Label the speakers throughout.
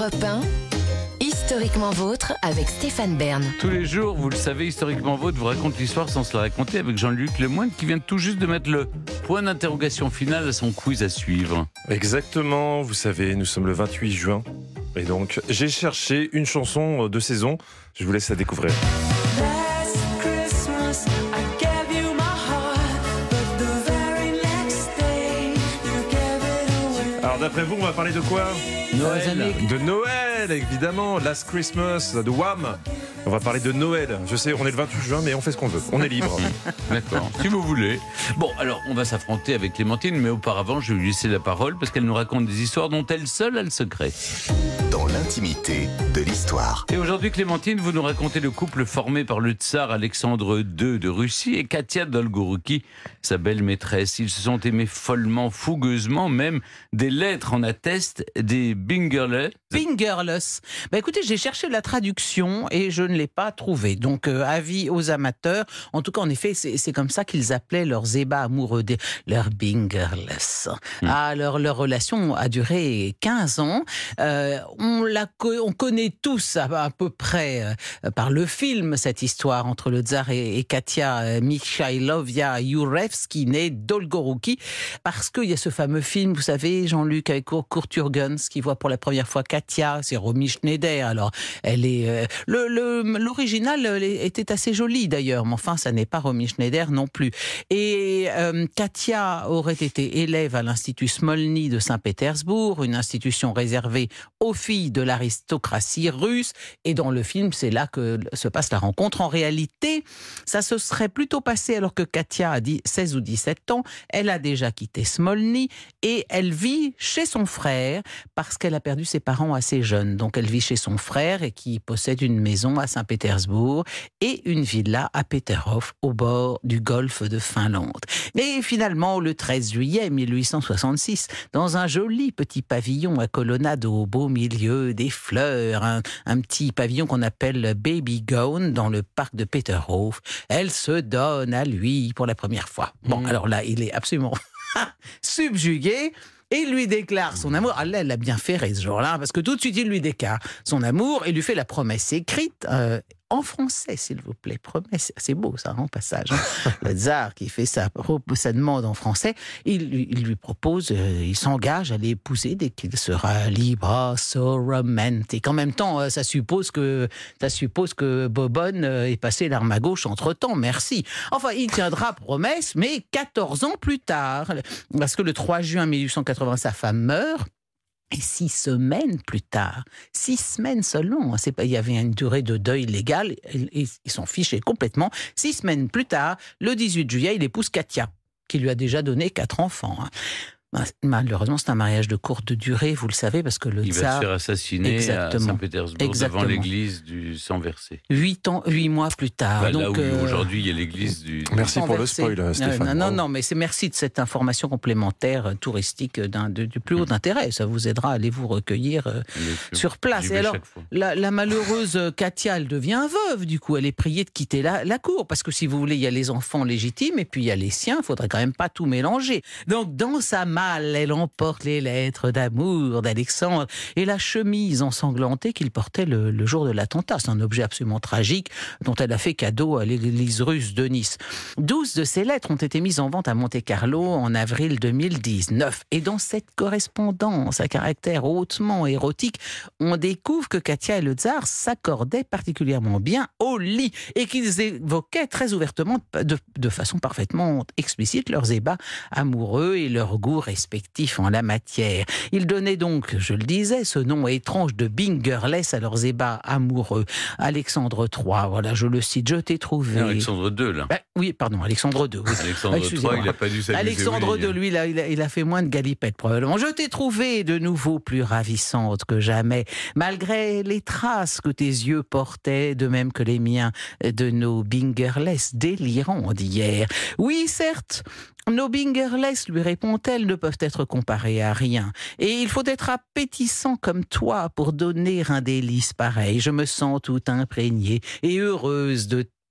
Speaker 1: Europe 1, Historiquement Vôtre avec Stéphane Bern.
Speaker 2: Tous les jours, vous le savez, Historiquement Vôtre vous raconte l'histoire sans se la raconter avec Jean-Luc Lemoyne qui vient tout juste de mettre le point d'interrogation final à son quiz à suivre.
Speaker 3: Exactement, vous savez, nous sommes le 28 juin. Et donc, j'ai cherché une chanson de saison. Je vous laisse la découvrir. Alors d'après vous, on va parler de quoi ?
Speaker 2: Noël.
Speaker 3: De Noël, évidemment. Last Christmas, de Wham. On va parler de Noël. Je sais, on est le 28 juin, mais on fait ce qu'on veut. On est libre.
Speaker 2: D'accord, si vous voulez. Bon, alors, on va s'affronter avec Clémentine, mais auparavant, je vais lui laisser la parole parce qu'elle nous raconte des histoires dont elle seule a le secret.
Speaker 4: Dans l'intimité de l'histoire.
Speaker 2: Et aujourd'hui, Clémentine, vous nous racontez le couple formé par le tsar Alexandre II de Russie et Katia Dolgorouki, sa belle maîtresse. Ils se sont aimés follement, fougueusement, même des lettres en attestent, des Bingerle.
Speaker 5: Bingerless. Écoutez, j'ai cherché la traduction et je ne l'ai pas trouvée. Donc, avis aux amateurs. En tout cas, en effet, c'est comme ça qu'ils appelaient leurs ébats amoureux, leurs Bingerless. Alors, leur relation a duré 15 ans. On connaît tous à peu près par le film cette histoire entre le tsar et Katia Mikhailovna Yurevsky, née Dolgorouki, parce qu'il y a ce fameux film, vous savez, Jean-Luc, avec Kurt Jürgens, qui voit pour la première fois Katia, c'est Romy Schneider. Alors, elle est l'original était assez joli d'ailleurs, mais enfin, ça n'est pas Romy Schneider non plus. Et Katia aurait été élève à l'Institut Smolny de Saint-Pétersbourg, une institution réservée aux filles de l'aristocratie russe. Et dans le film, c'est là que se passe la rencontre. En réalité, ça se serait plutôt passé alors que Katia a 16 ou 17 ans. Elle a déjà quitté Smolny et elle vit chez son frère parce qu'elle a perdu ses parents assez jeunes. Donc elle vit chez son frère et qui possède une maison à Saint-Pétersbourg et une villa à Peterhof au bord du golfe de Finlande. Et finalement, le 13 juillet 1866, dans un joli petit pavillon à colonnade au beau milieu des fleurs, un petit pavillon qu'on appelle Baby Gown dans le parc de Peterhof, elle se donne à lui pour la première fois. Bon, alors là, il est absolument subjugué. Et il lui déclare son amour. Ah là, elle a bien fait ce jour-là, parce que tout de suite, il lui déclare son amour et lui fait la promesse écrite en français, s'il vous plaît. Promesse, c'est beau ça, en passage. Le tsar qui fait sa demande en français, il lui propose, il s'engage à l'épouser dès qu'il sera libre. Oh, so romantic. En même temps, ça suppose que Bobonne ait passé l'arme à gauche entre-temps, merci. Enfin, il tiendra promesse, mais 14 ans plus tard, parce que le 3 juin 1880, sa femme meurt. Et 6 semaines plus tard, 6 semaines seulement, il y avait une durée de deuil légal, ils s'en fichaient complètement. 6 semaines plus tard, le 18 juillet, il épouse Katia, qui lui a déjà donné 4 enfants. Malheureusement, c'est un mariage de courte durée, vous le savez, parce que le
Speaker 2: tsar... Il va se faire assassiner à Saint-Pétersbourg devant l'église du sang versé. 8 mois plus tard. Là où aujourd'hui il y a l'église du
Speaker 3: Merci
Speaker 2: sang
Speaker 3: pour
Speaker 2: versé.
Speaker 3: Le spoil, Stéphane.
Speaker 5: Non, mais c'est merci de cette information complémentaire touristique du plus haut intérêt. Ça vous aidera à aller vous recueillir sur place. Et alors, la malheureuse Katia, elle devient veuve, du coup. Elle est priée de quitter la cour, parce que si vous voulez, il y a les enfants légitimes et puis il y a les siens. Il faudrait quand même pas tout mélanger. Donc, dans sa elle emporte les lettres d'amour d'Alexandre et la chemise ensanglantée qu'il portait le jour de l'attentat. C'est un objet absolument tragique dont elle a fait cadeau à l'église russe de Nice. 12 de ces lettres ont été mises en vente à Monte-Carlo en avril 2019. Et dans cette correspondance à caractère hautement érotique, on découvre que Katia et le tsar s'accordaient particulièrement bien au lit et qu'ils évoquaient très ouvertement, de façon parfaitement explicite, leurs ébats amoureux et leur goût respectifs en la matière. Ils donnaient donc, je le disais, ce nom étrange de Bingerless à leurs ébats amoureux. Alexandre III, voilà, je le cite, je t'ai trouvé...
Speaker 2: Alexandre II, là.
Speaker 5: Oui, pardon, Alexandre II. Oui.
Speaker 2: Alexandre III, il n'a pas dû s'amuser.
Speaker 5: Alexandre II, lui, il a fait moins de galipettes, probablement. Je t'ai trouvé de nouveau plus ravissante que jamais, malgré les traces que tes yeux portaient, de même que les miens, de nos Bingerless délirants d'hier. Oui, certes, nos Bingerless, lui répond-elle, ne peuvent être comparés à rien. Et il faut être appétissant comme toi pour donner un délice pareil. Je me sens tout imprégnée et heureuse de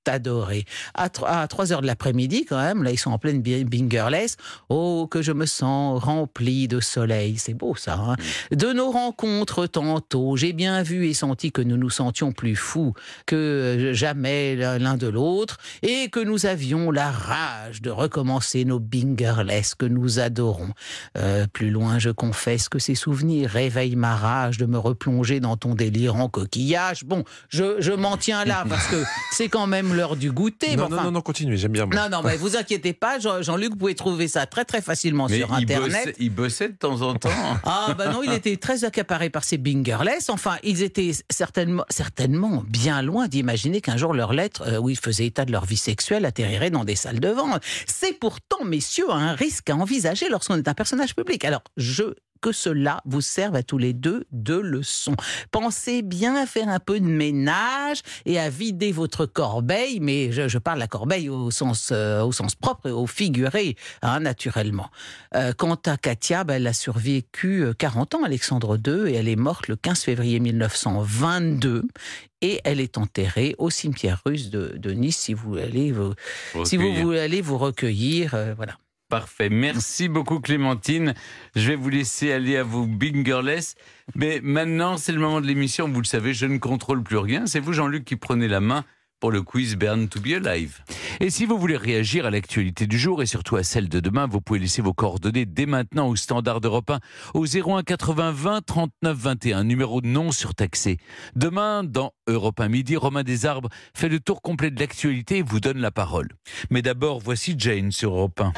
Speaker 5: adoré. À 3 heures de l'après-midi, quand même, là, ils sont en pleine bingerless. Oh, que je me sens rempli de soleil. C'est beau, ça. Hein. De nos rencontres tantôt, j'ai bien vu et senti que nous nous sentions plus fous que jamais l'un de l'autre et que nous avions la rage de recommencer nos bingerless que nous adorons. Plus loin, je confesse que ces souvenirs réveillent ma rage de me replonger dans ton délire en coquillage. Bon, je m'en tiens là parce que c'est quand même l'heure du goûter.
Speaker 3: Non, continuez, j'aime bien. Moi.
Speaker 5: Non, mais vous inquiétez pas, Jean-Luc, vous pouvez trouver ça très très facilement sur Internet.
Speaker 2: Il bossait de temps en temps.
Speaker 5: Ah non, il était très accaparé par ces bingerless. Enfin, ils étaient certainement bien loin d'imaginer qu'un jour leurs lettres, où ils faisaient état de leur vie sexuelle, atterriraient dans des salles de vente. C'est pourtant, messieurs, un risque à envisager lorsqu'on est un personnage public. Alors, que cela vous serve à tous les deux de leçon. Pensez bien à faire un peu de ménage et à vider votre corbeille, mais je parle de la corbeille au sens propre et au figuré, hein, naturellement. Quant à Katia, elle a survécu 40 ans, Alexandre II, et elle est morte le 15 février 1922. Et elle est enterrée au cimetière russe de Nice, si vous allez vous recueillir. Voilà.
Speaker 2: Parfait. Merci beaucoup Clémentine. Je vais vous laisser aller à vos bingerless. Mais maintenant, c'est le moment de l'émission. Vous le savez, je ne contrôle plus rien. C'est vous, Jean-Luc, qui prenez la main pour le quiz Burn to be Alive. Et si vous voulez réagir à l'actualité du jour et surtout à celle de demain, vous pouvez laisser vos coordonnées dès maintenant au standard d'Europe 1 au 01 80 20 39 21, numéro non surtaxé. Demain, dans Europe 1 Midi, Romain Desarbres fait le tour complet de l'actualité et vous donne la parole. Mais d'abord, voici Jane sur Europe 1.